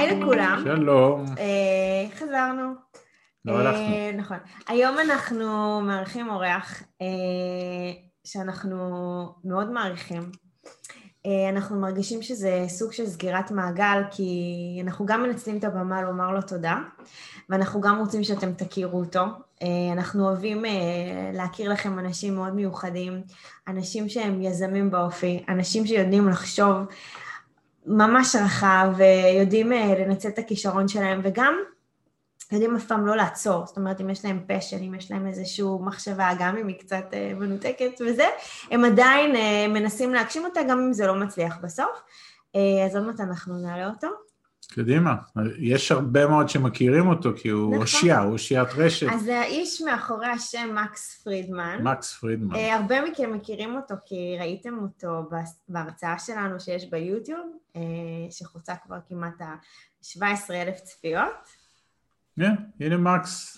היי לכולם. שלום. חזרנו. לא הלכנו. נכון. היום אנחנו מארחים אורח שאנחנו מאוד מעריכים. אנחנו מרגישים שזה סוג של סגירת מעגל, כי אנחנו גם מנצלים את הבמה לומר לו תודה, ואנחנו גם רוצים שאתם תכירו אותו. אנחנו אוהבים להכיר לכם אנשים מאוד מיוחדים, אנשים שהם יזמים באופי, אנשים שיודעים לחשוב ממש רחב, ויודעים לנצל את הכישרון שלהם, וגם יודעים אף פעם לא לעצור. זאת אומרת, אם יש להם פשן, אם יש להם איזשהו מחשבה, גם אם היא קצת מנותקת וזה, הם עדיין מנסים להגשים אותה, גם אם זה לא מצליח בסוף. אז עוד מעט אנחנו נעלה אותו. קדימה, יש הרבה מאוד שמכירים אותו, כי הוא אושיה, הוא אושיית רשת. אז האיש מאחורי השם מקס פרידמן. מקס פרידמן. הרבה מכם מכירים אותו, כי ראיתם אותו בהרצאה שלנו שיש ביוטיוב, שחוצה כבר כמעט 17,000 צפיות. הנה מקס.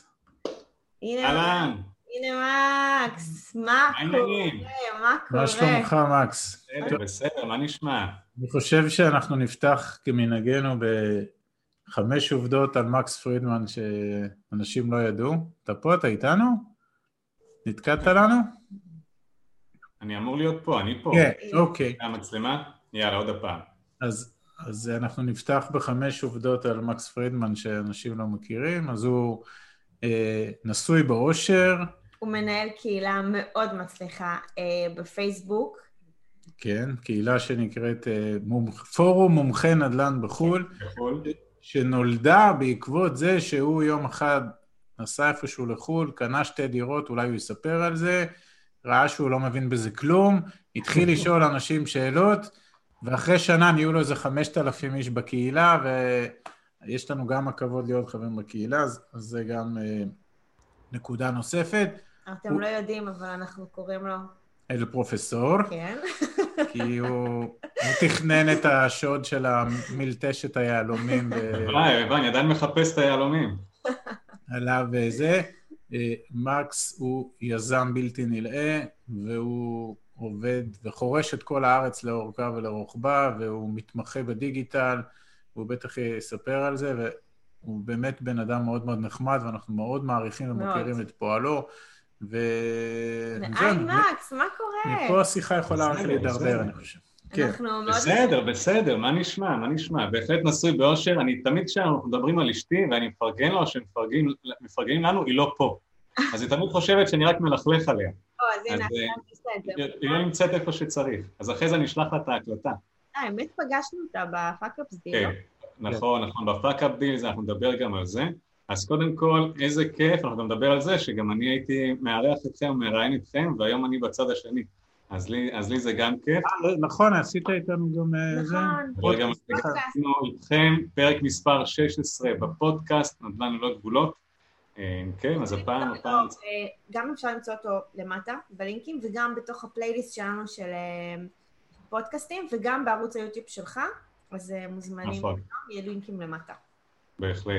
אהלן. הנה מקס, מה קורה? מה שלומך מקס? בסדר, מה נשמע? אני חושב שאנחנו נפתח כמנהגנו ב5 עובדות על מקס פרידמן שאנשים לא ידעו. אתה פה, אתה איתנו? נתקעת לנו? אני אמור להיות פה, אני פה. כן, אוקיי. המצלמה? יאללה, עוד הפעם. אז אנחנו נפתח ב5 עובדות על מקס פרידמן שאנשים לא מכירים. אז הוא נשוי באושר. הוא מנהל קהילה מאוד מצליחה בפייסבוק. כן, קהילה שנקראת פורום מומחי נדל"ן בחול, שנולדה בעקבות זה שהוא יום אחד נסע איפשהו לחול, קנה 2 דירות, אולי הוא יספר על זה, ראה שהוא לא מבין בזה כלום, התחיל לשאול אנשים שאלות, ואחרי שנה נהיו לו איזה 5,000 איש בקהילה, ויש לנו גם הכבוד להיות חברים בקהילה, אז זה גם נקודה נוספת. אתם לא יודעים, אבל אנחנו קוראים לו אל פרופסור. כן. כי הוא תכנן את השוד של המלטשת היהלומים. אני עדיין מחפש את היהלומים. עליו וזה. מקס הוא יזם בלתי נלאה, והוא עובד וחורש את כל הארץ לאורכה ולרוחבה, והוא מתמחה בדיגיטל, הוא בטח יספר על זה, והוא באמת בן אדם מאוד מאוד נחמד, ואנחנו מאוד מעריכים ומכירים את פועלו. היי מקס, מה קורה? מפה השיחה יכולה רק להידרדר, אני חושב. בסדר, מה נשמע? בהחלט נשוי באושר, אני תמיד כשאנחנו מדברים על אשתי, ואני מפרגן לו, שמפרגנים לנו, היא לא פה. אז היא תמיד חושבת שאני רק מלכלך עליה. אז הנה, היא לא נמצאת איפה שצריך. אז אחרי זה נשלח לה את ההקלטה. האמת פגשנו אותה בפאק-אפ דיל, לא? נכון, בפאק-אפ דיל, אנחנו נדבר גם על זה. אז קודם כל, איזה כיף, אנחנו נדבר על זה, שגם אני הייתי מארח אתכם, מראיין אתכם, והיום אני בצד השני. אז לי זה גם כיף. נכון, עשית איתנו גם זה. נכון. גם עשינו איתכם, פרק מספר 16 בפודקאסט, נדל"ן ללא גבולות. כן, אז הפעם... גם אפשר למצוא אותו למטה, בלינקים, וגם בתוך הפלייליסט שלנו של פודקאסטים, וגם בערוץ היוטיוב שלך, אז מוזמנים, יהיה לינקים למטה. בהחלט.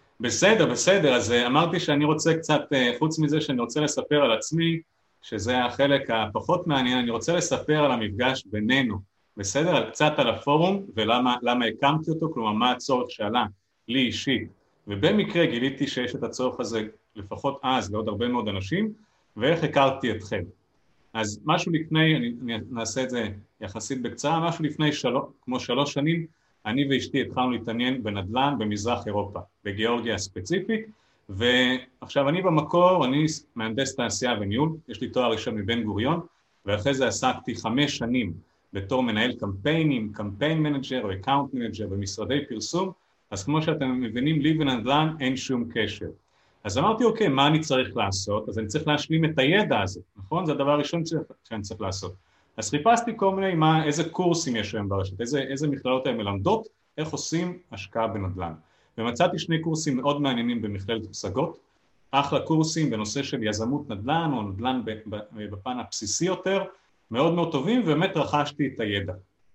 בסדר, אז אמרתי שאני רוצה קצת, חוץ מזה שאני רוצה לספר על עצמי, שזה החלק הפחות מעניין, אני רוצה לספר על המפגש בינינו, בסדר? קצת על הפורום ולמה הקמתי אותו, כלומר מה הצורך שעלה לי אישית, ובמקרה גיליתי שיש את הצורך הזה לפחות אז לעוד הרבה מאוד אנשים, ואיך הכרתי אתכם. אז משהו לפני, אני נעשה את זה יחסית בקצרה, משהו לפני כמו 3 שנים, אני ואשתי התחלנו להתעניין בנדל"ן במזרח אירופה, בגיאורגיה ספציפית, ועכשיו אני במקור, אני מהנדס תעשייה וניהול, יש לי תואר ראשון מבן גוריון, ואחרי זה עסקתי 5 שנים בתור מנהל קמפיינים, קמפיין מנג'ר או אקאונט מנג'ר במשרדי פרסום, אז כמו שאתם מבינים, לי ונדל"ן אין שום קשר. אז אמרתי, אוקיי, מה אני צריך לעשות? אז אני צריך להשלים את הידע הזה, נכון? זה הדבר הראשון שאני צריך לעשות. אז חיפשתי כל מיני, איזה קורסים יש היום ברשת, איזה מכללות הן מלמדות, איך עושים השקעה בנדל"ן. ומצאתי 2 קורסים מאוד מעניינים במכללת פסגות, אחלה קורסים בנושא של יזמות נדל"ן, או נדל"ן בפן הבסיסי יותר, מאוד מאוד טובים, ובאמת רכשתי את הידע.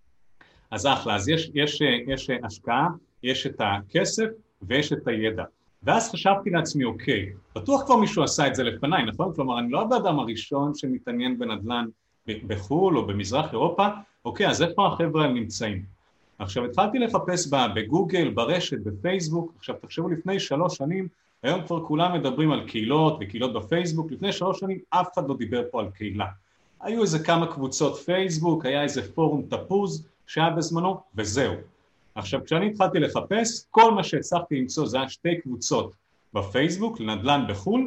אז אחלה, אז יש השקעה, יש את הכסף, ויש את הידע. ואז חשבתי לעצמי, אוקיי, בטוח כבר מישהו עשה את זה לפניי, נכון? כלומר, אני לא האדם הראשון שמתעניין בנדל"ן בחול או במזרח אירופה, אוקיי, אז איפה החבר'ה הם נמצאים? עכשיו התחלתי לחפש בגוגל, ברשת, בפייסבוק, עכשיו תחשבו לפני 3 שנים, היום כבר כולם מדברים על קהילות וקהילות בפייסבוק, לפני 3 שנים אף אחד לא דיבר פה על קהילה. היו איזה כמה קבוצות פייסבוק, היה איזה פורום תפוז שהיה בזמנו, וזהו. עכשיו כשאני התחלתי לחפש, כל מה שהצלחתי למצוא זה היה 2 קבוצות בפייסבוק, לנדל"ן בחול,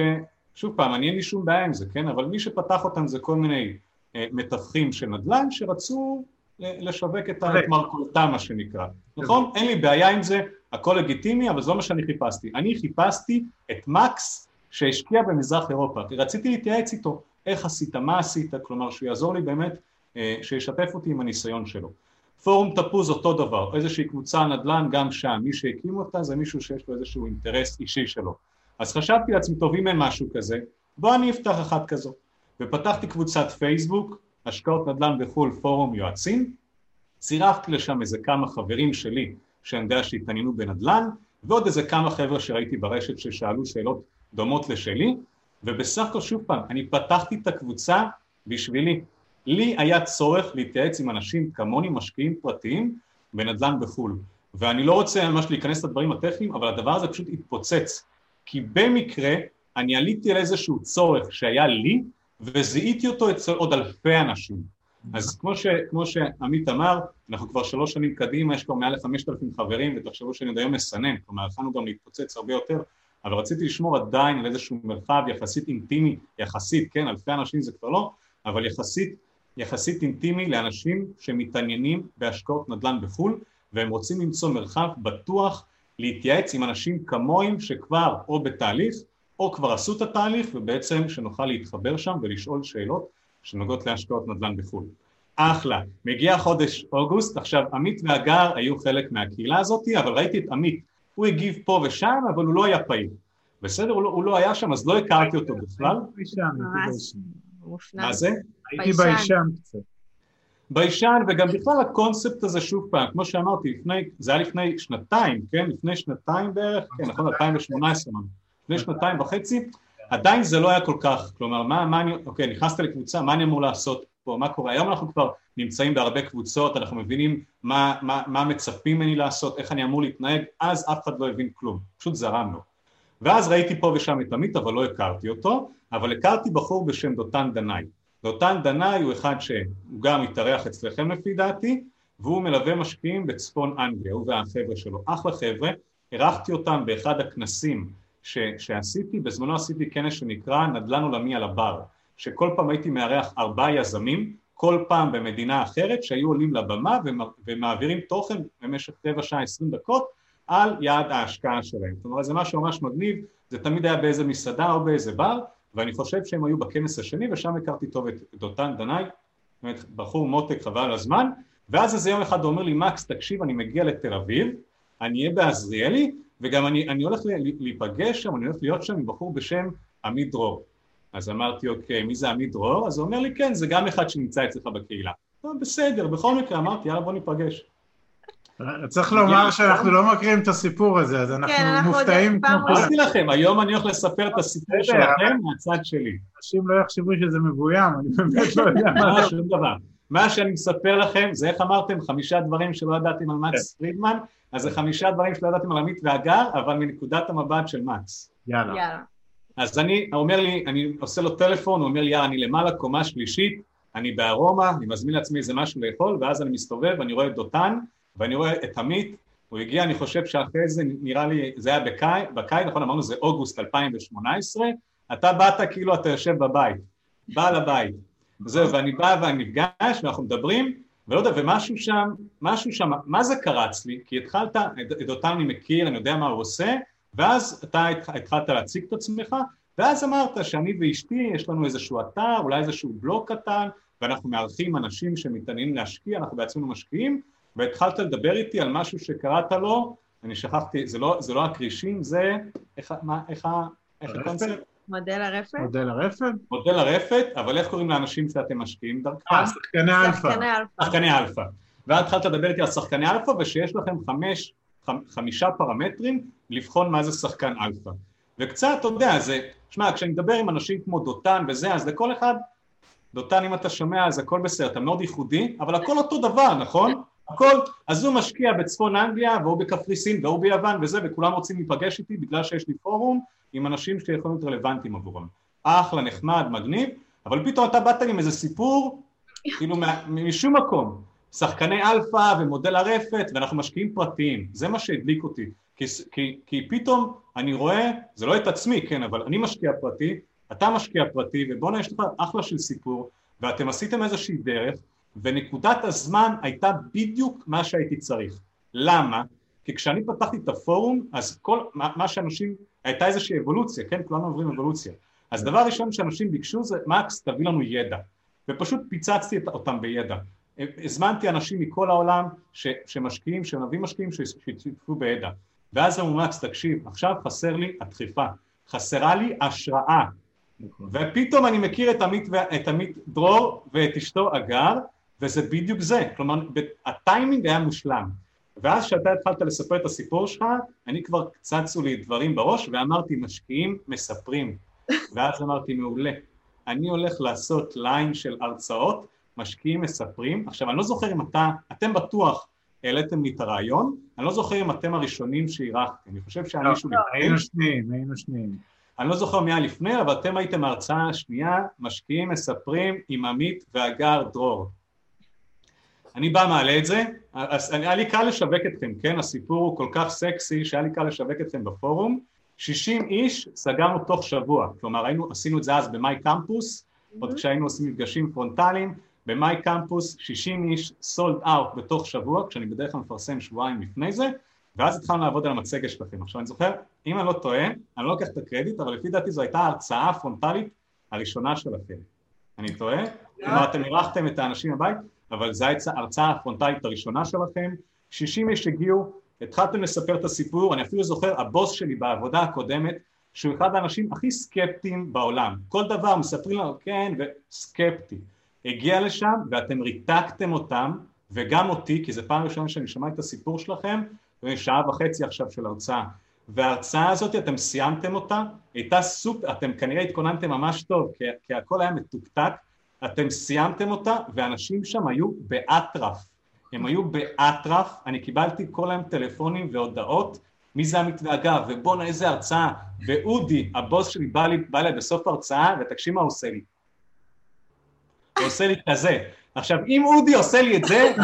ששוב פעם, אני אין לי שום בעיה עם זה, כן? אבל מי שפתח אותם זה כל מיני מתווכים של נדל"ן שרצו לשווק את מרכולתם, מה שנקרא. נכון? אין לי בעיה עם זה, הכל לגיטימי, אבל זה לא מה שאני חיפשתי. אני חיפשתי את מקס שהשקיע במזרח אירופה, כי רציתי להתייעץ איתו, איך עשית, מה עשית, כלומר שהוא יעזור לי באמת, שישתף אותי עם הניסיון שלו. פורום תפוז אותו דבר, איזושהי קבוצה נדל"ן גם שם, מי שהקים אותה זה מישהו שיש לו איזשהו אינטרס אישי שלו. אז חשבתי לעצמי, טוב, אם אין משהו כזה, בוא אני אפתח אחת כזו. ופתחתי קבוצת פייסבוק, השקעות נדל"ן בחול פורום יועצים, צירפתי לשם איזה כמה חברים שלי שאני יודע שהתעניינו בנדל"ן, ועוד איזה כמה חבר'ה שראיתי ברשת ששאלו שאלות דומות לשלי, ובסך הכל שוב פעם, אני פתחתי את הקבוצה בשבילי. לי היה צורך להתייעץ עם אנשים כמוני, משקיעים פרטיים, בנדל"ן בחול. ואני לא רוצה ממש להיכנס לדברים הטכניים, אבל הדבר הזה פשוט התפוצץ. כי במקרה אני עליתי על איזשהו צורך שהיה לי, וזיהיתי אותו אצל עוד אלפי אנשים. אז כמו שעמית אמר, אנחנו כבר 3 שנים קדימה, יש כבר מעל 5,000 חברים, ותחשבו שאני עוד היום מסנן, כלומר, יכולנו גם להתפוצץ הרבה יותר, אבל רציתי לשמור עדיין על איזשהו מרחב יחסית אינטימי, יחסית, כן, אלפי אנשים זה כבר לא, אבל יחסית אינטימי לאנשים שמתעניינים בהשקעות נדל"ן בחול, והם רוצים למצוא מרחב בטוח, להתייעץ עם אנשים כמוהם שכבר או בתהליך, או כבר עשו את התהליך, ובעצם שנוכל להתחבר שם ולשאול שאלות שנוגעות להשקעות נדל"ן בחול. אחלה, מגיע חודש אוגוסט, עכשיו עמית והגר היו חלק מהקהילה הזאת, אבל ראיתי את עמית, הוא הגיב פה ושם, אבל הוא לא היה פעיל. בסדר, הוא לא היה שם, אז לא הכרתי אותו בכלל. מה זה? הייתי בישן קצת. בישן, וגם בכלל הקונספט הזה שוב פעם, כמו שאמרתי, זה היה לפני 2 כן? לפני 2 בערך, כן, נכון, 2018, לפני 2.5, עדיין זה לא היה כל כך, כלומר, אוקיי, נכנסתי לקבוצה, מה אני אמור לעשות פה, מה קורה? היום אנחנו כבר נמצאים בהרבה קבוצות, אנחנו מבינים מה מצפים ממני לעשות, איך אני אמור להתנהג, אז אף אחד לא הבין כלום, פשוט זרמנו. ואז ראיתי פה ושם את עמית, אבל לא הכרתי אותו, אבל הכרתי בחור בשם דותן דנאי. דותן דנאי הוא אחד שהוא גם התארח אצלכם לפי דעתי, והוא מלווה משקיעים בצפון אנגליה, הוא והחבר'ה שלו, אחלה חבר'ה, ערכתי אותם באחד הכנסים שעשיתי, בזמנו עשיתי כנס שנקרא נדל"ן עולמי על הבר, שכל פעם הייתי מארח 4 יזמים, כל פעם במדינה אחרת, שהיו עולים לבמה ומעבירים תוכן במשך 15 שעה 20 דקות, על יעד ההשקעה שלהם. זאת אומרת, זה משהו ממש מגניב, זה תמיד היה באיזה מסעדה או באיזה בר, ואני חושב שהם היו בכנס השני, ושם הכרתי טוב את דותן דנאי, באמת בחור מותק חבל על הזמן, ואז איזה יום אחד הוא אומר לי, מקס, תקשיב, אני מגיע לתל אביב, אני אהיה בעזריאלי, וגם אני הולך להיפגש שם, אני הולך להיות שם עם בחור בשם עמית דרור. אז אמרתי, אוקיי, מי זה עמית דרור? אז הוא אומר לי, כן, זה גם אחד שנמצא אצלך בקהילה. בסדר, בכל מקרה אמרתי, יאללה בוא ניפגש. צריך לומר שאנחנו לא מכירים את הסיפור הזה, אז אנחנו מופתעים. אמרתי לכם, היום אני הולך לספר את הסיפור שלכם מהצד שלי. אנשים לא יחשבו שזה מבוים, אני באמת לא יודע מה. שום דבר. מה שאני מספר לכם, זה איך אמרתם, 5 דברים שלא ידעתם על מקס פרידמן, אז זה 5 דברים שלא ידעתם על עמית והגר, אבל מנקודת המבט של מקס. יאללה. אז אני עושה לו טלפון, הוא אומר לי, אני למעלה, קומה שלישית, אני בארומה, אני מזמין לעצמי איזה משהו לאכול, ואז אני מסתובב, ואני רואה את דותן, ואני רואה את עמית, הוא הגיע, אני חושב שאחרי זה נראה לי, זה היה בקיץ, נכון, אמרנו, זה אוגוסט 2018, אתה באת כאילו אתה יושב בבית, בעל הבית, זהו, ואני בא ואני נפגש, ואנחנו מדברים, ולא יודע, ומשהו שם, מה זה קרץ לי? כי התחלת, את אותם אני מכיר, אני יודע מה הוא עושה, ואז אתה התחלת להציג את עצמך, ואז אמרת שאני ואשתי, יש לנו איזשהו אתר, אולי איזשהו בלוג קטן, ואנחנו מארחים אנשים שמתעניינים להשקיע, אנחנו בעצמנו משקיעים, והתחלת לדבר איתי על משהו שקראת לו, אני שכחתי, זה לא הקרישים, זה, איך הקונספט? מודל הרפת? מודל הרפת, אבל איך קוראים לאנשים שאתם משקיעים דרכם? שחקני אלפא. שחקני אלפא. ואז התחלת לדבר איתי על שחקני אלפא, ושיש לכם 5 פרמטרים לבחון מה זה שחקן אלפא. וקצת, אתה יודע, שמע, כשאני מדבר עם אנשים כמו דותן וזה, אז לכל אחד, דותן, אם אתה שומע, אז הכל בסדר, אתה מאוד ייחודי, אבל הכל אותו דבר, נכון? הכל, אז הוא משקיע בצפון אנגליה, והוא בקפריסין, והוא ביוון וזה, וכולם רוצים להיפגש איתי, בגלל שיש לי פורום עם אנשים שיכולים להיות רלוונטיים עבורם. אחלה, נחמד, מגניב, אבל פתאום אתה באת לי עם איזה סיפור, כאילו משום מקום, שחקני אלפא ומודל הרפת, ואנחנו משקיעים פרטיים, זה מה שהדליק אותי, כי פתאום אני רואה, זה לא את עצמי, כן, אבל אני משקיע פרטי, אתה משקיע פרטי, ובוא'נה יש לך אחלה של סיפור, ואתם עשיתם איזושהי דרך, ונקודת הזמן הייתה בדיוק מה שהייתי צריך. למה? כי כשאני פתחתי את הפורום, אז כל מה שאנשים, הייתה איזושהי אבולוציה, כן? כולנו עוברים אבולוציה. אז דבר ראשון שאנשים ביקשו זה, מקס, תביא לנו ידע. ופשוט פיצצתי אותם בידע. הזמנתי אנשים מכל העולם שמשקיעים, שמביאים משקיעים, שיתפו בידע. ואז אמרו, מקס, תקשיב, עכשיו חסר לי הדחיפה. חסרה לי השראה. ופתאום אני מכיר את עמית דרור ואת אשתו אגר, וזה בדיוק זה, כלומר, הטיימינג היה מושלם. ואז שאתה התחלת לספר את הסיפור שלך, אני כבר קצצו לי דברים בראש, ואמרתי, משקיעים מספרים. ואז אמרתי, מעולה, אני הולך לעשות ליין של הרצאות, משקיעים מספרים. עכשיו, אני לא זוכר אם אתם בטוח העליתם לי את הרעיון, אני לא זוכר אם אתם הראשונים שהירחתי, אני חושב שאני מישהו לפני. היינו שניים. אני לא זוכר מי היה לפני, אבל אתם הייתם ההרצאה השנייה, משקיעים מספרים עם עמית ואגר דרור. אני בא מעלה את זה, היה לי קל לשווק אתכם, כן? הסיפור הוא כל כך סקסי שהיה לי קל לשווק אתכם בפורום, 60 איש סגרנו תוך שבוע, כלומר עשינו את זה אז במאי קמפוס, עוד כשהיינו עושים מפגשים פרונטליים, במאי קמפוס 60 איש סולד אאוט בתוך שבוע, כשאני בדרך כלל מפרסם שבועיים לפני זה, ואז התחלנו לעבוד על המצגת שלכם. עכשיו אני זוכר, אם אני לא טועה, אני לא לוקח את הקרדיט, אבל לפי דעתי זו הייתה ההרצאה הפרונטלית הראשונה שלכם. אני טועה? כלומר, אתם אירחתם את האנשים בבית, אבל זו ההרצאה הפרונטלית הראשונה שלכם, 60 איש הגיעו, התחלתם לספר את הסיפור, אני אפילו זוכר, הבוס שלי בעבודה הקודמת, שהוא אחד האנשים הכי סקפטיים בעולם. כל דבר מספרים לנו, כן, וסקפטי. הגיע לשם, ואתם ריתקתם אותם, וגם אותי, כי זו פעם ראשונה שאני שומע את הסיפור שלכם, שעה וחצי עכשיו של הרצאה. וההרצאה הזאת, אתם סיימתם אותה, הייתה סופר, אתם כנראה התכוננתם ממש טוב, כי הכל היה מתוקתק, אתם סיימתם אותה, ואנשים שם היו באטרף. הם היו באטרף, אני קיבלתי כל היום טלפונים והודעות, מי זה המתווה אגב, ובואנה איזה הרצאה, ואודי, הבוס שלי בא לי בסוף הרצאה, ותקשיב מה הוא עושה לי. הוא עושה לי כזה. עכשיו, אם אודי עושה לי את זה,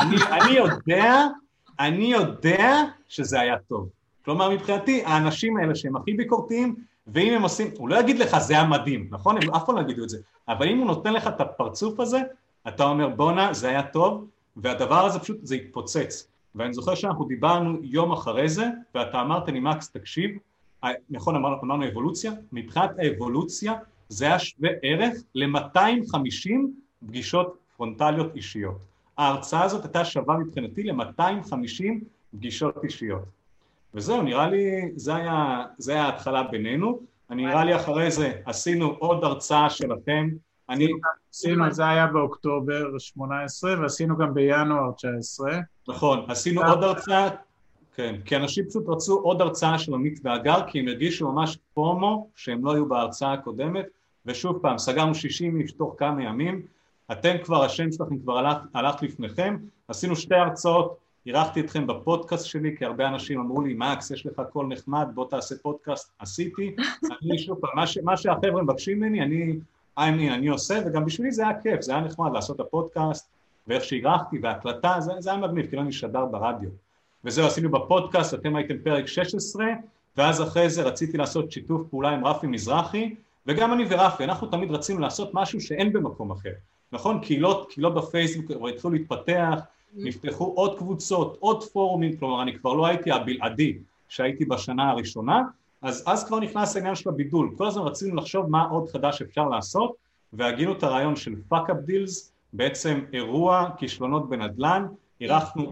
אני יודע שזה היה טוב. כלומר, מבחינתי, האנשים האלה שהם הכי ביקורתיים, ואם הם עושים, הוא לא יגיד לך, זה היה מדהים, נכון? הם אף פעם לא יגידו את זה. אבל אם הוא נותן לך את הפרצוף הזה, אתה אומר, בונה, זה היה טוב, והדבר הזה פשוט, זה התפוצץ. ואני זוכר שאנחנו דיברנו יום אחרי זה, ואתה אמרת לי, מקס, תקשיב, נכון, אמרנו אבולוציה, מבחינת האבולוציה, זה היה שווה ערך ל-250 פגישות פרונטליות אישיות. ההרצאה הזאת הייתה שווה מבחינתי ל-250 פגישות אישיות. וזהו, נראה לי, זה היה ההתחלה בינינו, נראה לי אחרי זה עשינו עוד הרצאה שלכם, עשינו, זה היה באוקטובר 18, ועשינו גם בינואר 19. נכון, עשינו עוד הרצאה, כן, כי אנשים פשוט רצו עוד הרצאה של עמית ואגר, כי הם הרגישו ממש פרומו, שהם לא היו בהרצאה הקודמת, ושוב פעם, סגרנו 60 איש תוך כמה ימים, אתם כבר, השם שלכם כבר הלך לפניכם, עשינו 2 הרצאות, אירחתי אתכם בפודקאסט שלי, כי הרבה אנשים אמרו לי, מקס, יש לך קול נחמד, בוא תעשה פודקאסט, עשיתי, אני שוב פעם, מה שהחבר'ה מבקשים ממני, אני עושה, וגם בשבילי זה היה כיף, זה היה נחמד לעשות את הפודקאסט, ואיך שהירחתי, וההקלטה, זה היה מגניב, כי לא נשדר ברדיו. וזהו, עשינו בפודקאסט, אתם הייתם פרק 16, ואז אחרי זה רציתי לעשות שיתוף פעולה עם רפי מזרחי, וגם אני ורפי, אנחנו תמיד רצינו לעשות משהו שאין במקום אחר. נכון? קהילות בפייסבוק התחילו להתפתח, נפתחו עוד קבוצות, עוד פורומים, כלומר אני כבר לא הייתי הבלעדי שהייתי בשנה הראשונה, אז כבר נכנס העניין של הבידול, כל הזמן רצינו לחשוב מה עוד חדש אפשר לעשות, והגינו את הרעיון של פאק-אפ דילס, בעצם אירוע כישלונות בנדל"ן, אירחנו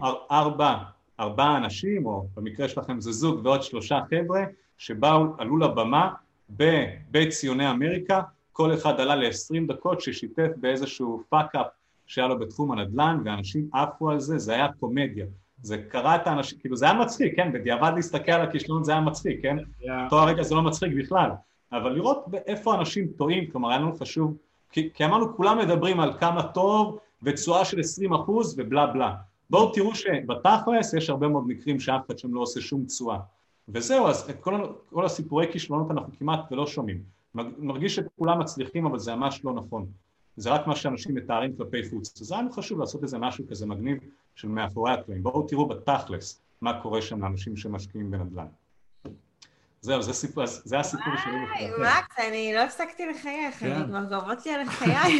4 אנשים, או במקרה שלכם זה זוג ועוד 3 חבר'ה, עלו לבמה בבית ציוני אמריקה, כל אחד עלה ל-20 דקות ששיתף באיזשהו פאק-אפ שהיה לו בתחום הנדל"ן, ואנשים עפו על זה, זה היה קומדיה. זה קרא את האנשים, כאילו זה היה מצחיק, כן? בדיעבד להסתכל על הכישלון זה היה מצחיק, כן? אותו הרגע זה לא מצחיק בכלל. אבל לראות איפה אנשים טועים, כלומר היה לנו חשוב, כי אמרנו כולם מדברים על כמה טוב, ותשואה של 20% ובלה בלה. בואו תראו שבתכלס יש הרבה מאוד מקרים שאף אחד שם לא עושה שום תשואה. וזהו, אז כל הסיפורי כישלונות אנחנו כמעט ולא שומעים. מרגיש שכולם מצליחים, אבל זה ממש לא נכון. זה רק מה שאנשים מתארים כלפי חוץ. אז זה היה חשוב לעשות איזה משהו כזה מגניב של מאחורי הקלעים. בואו תראו בתכלס מה קורה שם לאנשים שמשקיעים בנדל"ן. זהו, זה הסיפור שלי. מקס, אני לא הפסקתי לחייך, אני כבר גורבות לי על החיי.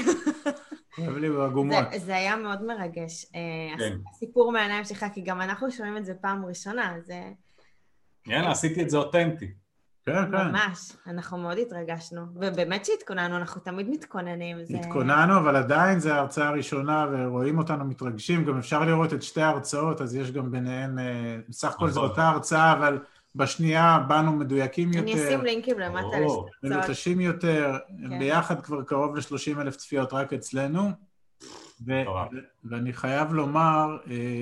זה היה מאוד מרגש. הסיפור מהעיניים שלך, כי גם אנחנו שומעים את זה פעם ראשונה, אז... יאללה, עשיתי את זה אותנטי. ממש, אנחנו מאוד התרגשנו, ובאמת שהתכוננו, אנחנו תמיד מתכוננים. התכוננו, אבל עדיין זו ההרצאה הראשונה, ורואים אותנו מתרגשים, גם אפשר לראות את שתי ההרצאות, אז יש גם ביניהם, בסך הכל זו אותה הרצאה, אבל בשנייה באנו מדויקים יותר. אני אשים לינקים למטה לשתי הרצאות. מלוטשים יותר, ביחד כבר קרוב ל-30,000 צפיות רק אצלנו, ואני חייב לומר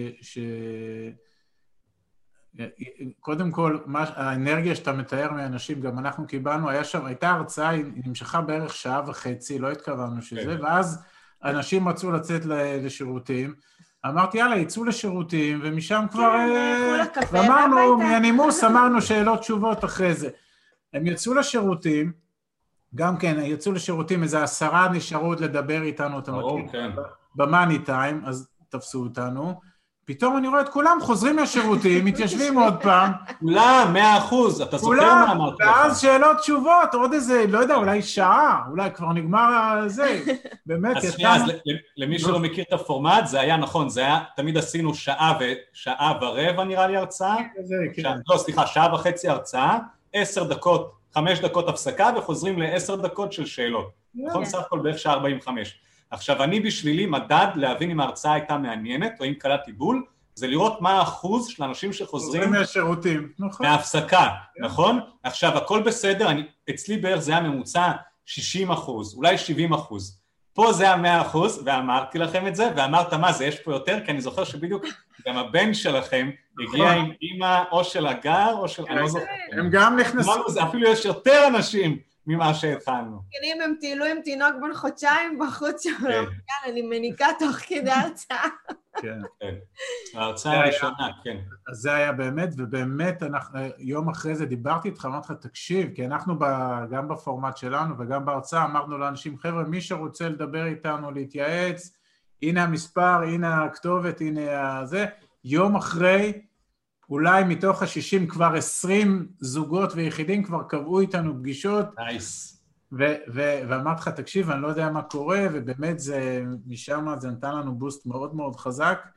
קודם כל, האנרגיה שאתה מתאר מאנשים, גם אנחנו קיבלנו, הייתה הרצאה, היא נמשכה בערך 1.5 שעה, לא התכוונו שזה, ואז אנשים רצו לצאת לשירותים, אמרתי, יאללה, יצאו לשירותים, ומשם כבר, ואמרנו, מהנימוס, אמרנו שאלות תשובות אחרי זה. הם יצאו לשירותים, גם כן, יצאו לשירותים, איזה 10 נשארו עוד לדבר איתנו, אתה מכיר, במאני טיים, אז תפסו אותנו, פתאום אני רואה את כולם חוזרים מהשירותים, מתיישבים עוד פעם. כולם, 100%, אתה זוכר מה אמרת לך. ואז שאלות תשובות, עוד איזה, לא יודע, אולי שעה, אולי כבר נגמר זה. באמת, אז שנייה, אז למי שלא מכיר את הפורמט, זה היה נכון, זה היה, תמיד עשינו שעה ורבע נראה לי הרצאה. לא, סליחה, 1.5 שעה הרצאה, 10 דקות, 5 דקות הפסקה, וחוזרים ל10 דקות של שאלות. נכון, סך הכל בערך 1:45. עכשיו, אני בשבילי מדד להבין אם ההרצאה הייתה מעניינת, או אם קלטתי בול, זה לראות מה האחוז של אנשים שחוזרים מהשירותים, מההפסקה, נכון? עכשיו, הכל בסדר, אצלי בערך זה היה ממוצע 60%, אולי 70%. פה זה היה 100%, ואמרתי לכם את זה, ואמרת מה זה, יש פה יותר, כי אני זוכר שבדיוק גם הבן שלכם הגיע עם אמא או של הגר, או של... הם גם נכנסו. אפילו יש יותר אנשים ממה שהתחלנו. אם הם טיילו עם תינוק בן חודשיים בחוץ שלו, אני מניקה תוך כדי הרצאה. כן. ההרצאה הראשונה, כן. אז זה היה באמת, ובאמת יום אחרי זה דיברתי איתך, אמרתי לך, תקשיב, כי אנחנו גם בפורמט שלנו וגם בהרצאה אמרנו לאנשים, חבר'ה, מי שרוצה לדבר איתנו, להתייעץ, הנה המספר, הנה הכתובת, הנה זה, יום אחרי, אולי מתוך ה-60 כבר 20 זוגות ויחידים כבר קבעו איתנו פגישות. נייס. ואמרתי לך, תקשיב, אני לא יודע מה קורה, ובאמת משם זה נתן לנו בוסט מאוד מאוד חזק.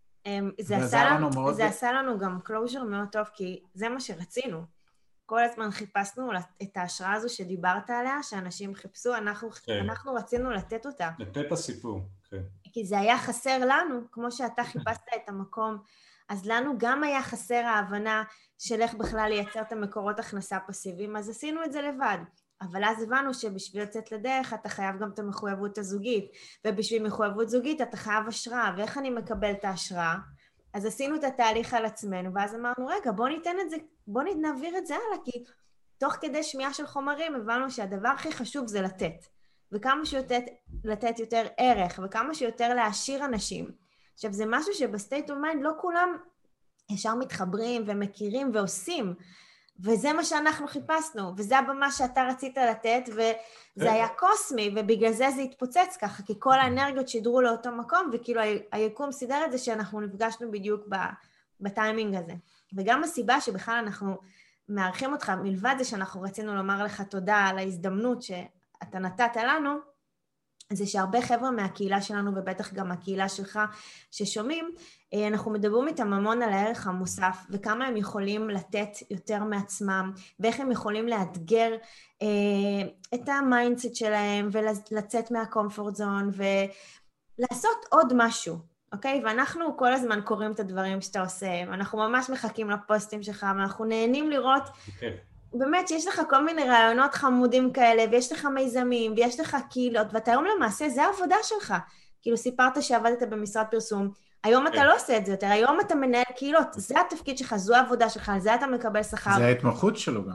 זה עשה לנו גם קלוז'ר מאוד טוב, כי זה מה שרצינו. כל הזמן חיפשנו את ההשראה הזו שדיברת עליה, שאנשים חיפשו, אנחנו רצינו לתת אותה. לתת את הסיפור, כן. כי זה היה חסר לנו, כמו שאתה חיפשת את המקום, אז לנו גם היה חסר ההבנה של איך בכלל לייצר את המקורות הכנסה פסיביים, אז עשינו את זה לבד. אבל אז הבנו שבשביל לצאת לדרך אתה חייב גם את המחויבות הזוגית, ובשביל מחויבות זוגית אתה חייב השראה, ואיך אני מקבל את ההשראה? אז עשינו את התהליך על עצמנו, ואז אמרנו, רגע, בוא ניתן את זה, בוא נעביר את זה הלאה, כי תוך כדי שמיעה של חומרים הבנו שהדבר הכי חשוב זה לתת, וכמה שיותר לתת יותר ערך, וכמה שיותר להעשיר אנשים. עכשיו, זה משהו שבסטייט אוף מיינד לא כולם ישר מתחברים ומכירים ועושים, וזה מה שאנחנו חיפשנו, וזה הבמה שאתה רצית לתת, וזה היה קוסמי, ובגלל זה התפוצץ ככה, כי כל האנרגיות שידרו לאותו מקום, וכאילו היקום סידר את זה שאנחנו נפגשנו בדיוק בטיימינג הזה. וגם הסיבה שבכלל אנחנו מארחים אותך, מלבד זה שאנחנו רצינו לומר לך תודה על ההזדמנות שאתה נתת לנו, זה שהרבה חבר'ה מהקהילה שלנו, ובטח גם הקהילה שלך ששומעים, אנחנו מדברים איתם המון על הערך המוסף, וכמה הם יכולים לתת יותר מעצמם, ואיך הם יכולים לאתגר את המיינדסט שלהם, ולצאת מהקומפורט זון, ולעשות עוד משהו, אוקיי? ואנחנו כל הזמן קוראים את הדברים שאתה עושה, אנחנו ממש מחכים לפוסטים שלך, ואנחנו נהנים לראות... באמת שיש לך כל מיני רעיונות חמודים כאלה, ויש לך מיזמים, ויש לך קהילות, ואתה היום למעשה, זה העבודה שלך. כאילו סיפרת שעבדת במשרד פרסום, היום אתה לא עושה את זה יותר, היום אתה מנהל קהילות, זה התפקיד שלך, זו העבודה שלך, על זה אתה מקבל שכר. זה ההתמחות שלו גם.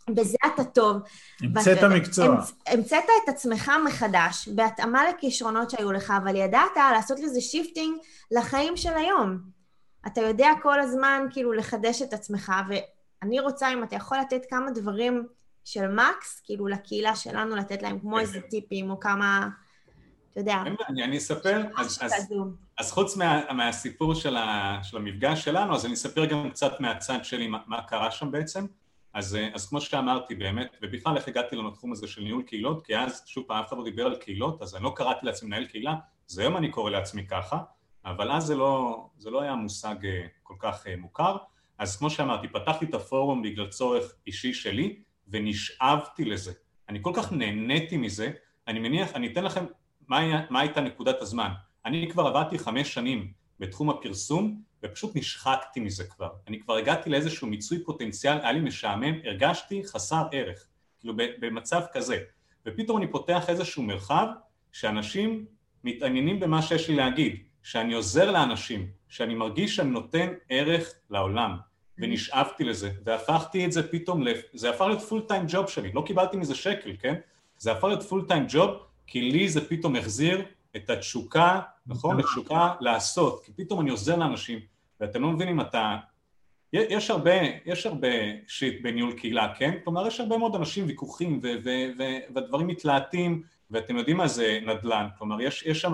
בזה אתה טוב. המצאת מקצוע. המצאת את עצמך מחדש, בהתאמה לכישרונות שהיו לך, אבל ידעת לעשות לזה שיפטינג לחיים של היום. אתה יודע כל הזמן כאילו לחדש את עצמך, ואני רוצה, אם אתה יכול לתת כמה דברים של מקס, כאילו לקהילה שלנו, לתת להם כמו איזה טיפים, או כמה, אתה יודע. אני אספר, אז חוץ מהסיפור של המפגש שלנו, אז אני אספר גם קצת מהצד שלי מה קרה שם בעצם. אז כמו שאמרתי באמת, ובכלל איך הגעתי לתחום הזה של ניהול קהילות, כי אז שוב פעם אף אחד לא דיבר על קהילות, אז אני לא קראתי לעצמי מנהל קהילה, זה היום אני קורא לעצמי ככה, אבל אז זה לא היה מושג כל כך מוכר. אז כמו שאמרתי, פתחתי את הפורום בגלל צורך אישי שלי, ונשאבתי לזה. אני כל כך נהניתי מזה, אני אתן לכם מה הייתה נקודת הזמן. אני כבר עבדתי 5 שנים בתחום הפרסום, ופשוט נשחקתי מזה כבר. אני כבר הגעתי לאיזשהו מיצוי פוטנציאל, היה לי משעמם, הרגשתי חסר ערך, כאילו במצב כזה. ופתאום אני פותח איזשהו מרחב, שאנשים מתעניינים במה שיש לי להגיד, שאני עוזר לאנשים, שאני מרגיש שאני נותן ערך לעולם, ונשאבתי לזה, והפכתי את זה פתאום, זה הפך להיות פול טיים ג'וב שלי, לא קיבלתי מזה שקל, כן? זה הפך להיות פול טיים ג'וב, כי לי זה פתאום החזיר את התשוקה, נכון? התשוקה לעשות, כי פתאום אני עוזר לאנשים, ואתם לא מבינים, יש הרבה שיט בניהול קהילה, כן? כלומר, יש הרבה מאוד אנשים ויכוחים, והדברים מתלהטים, ואתם יודעים מה זה נדל"ן, כלומר, יש שם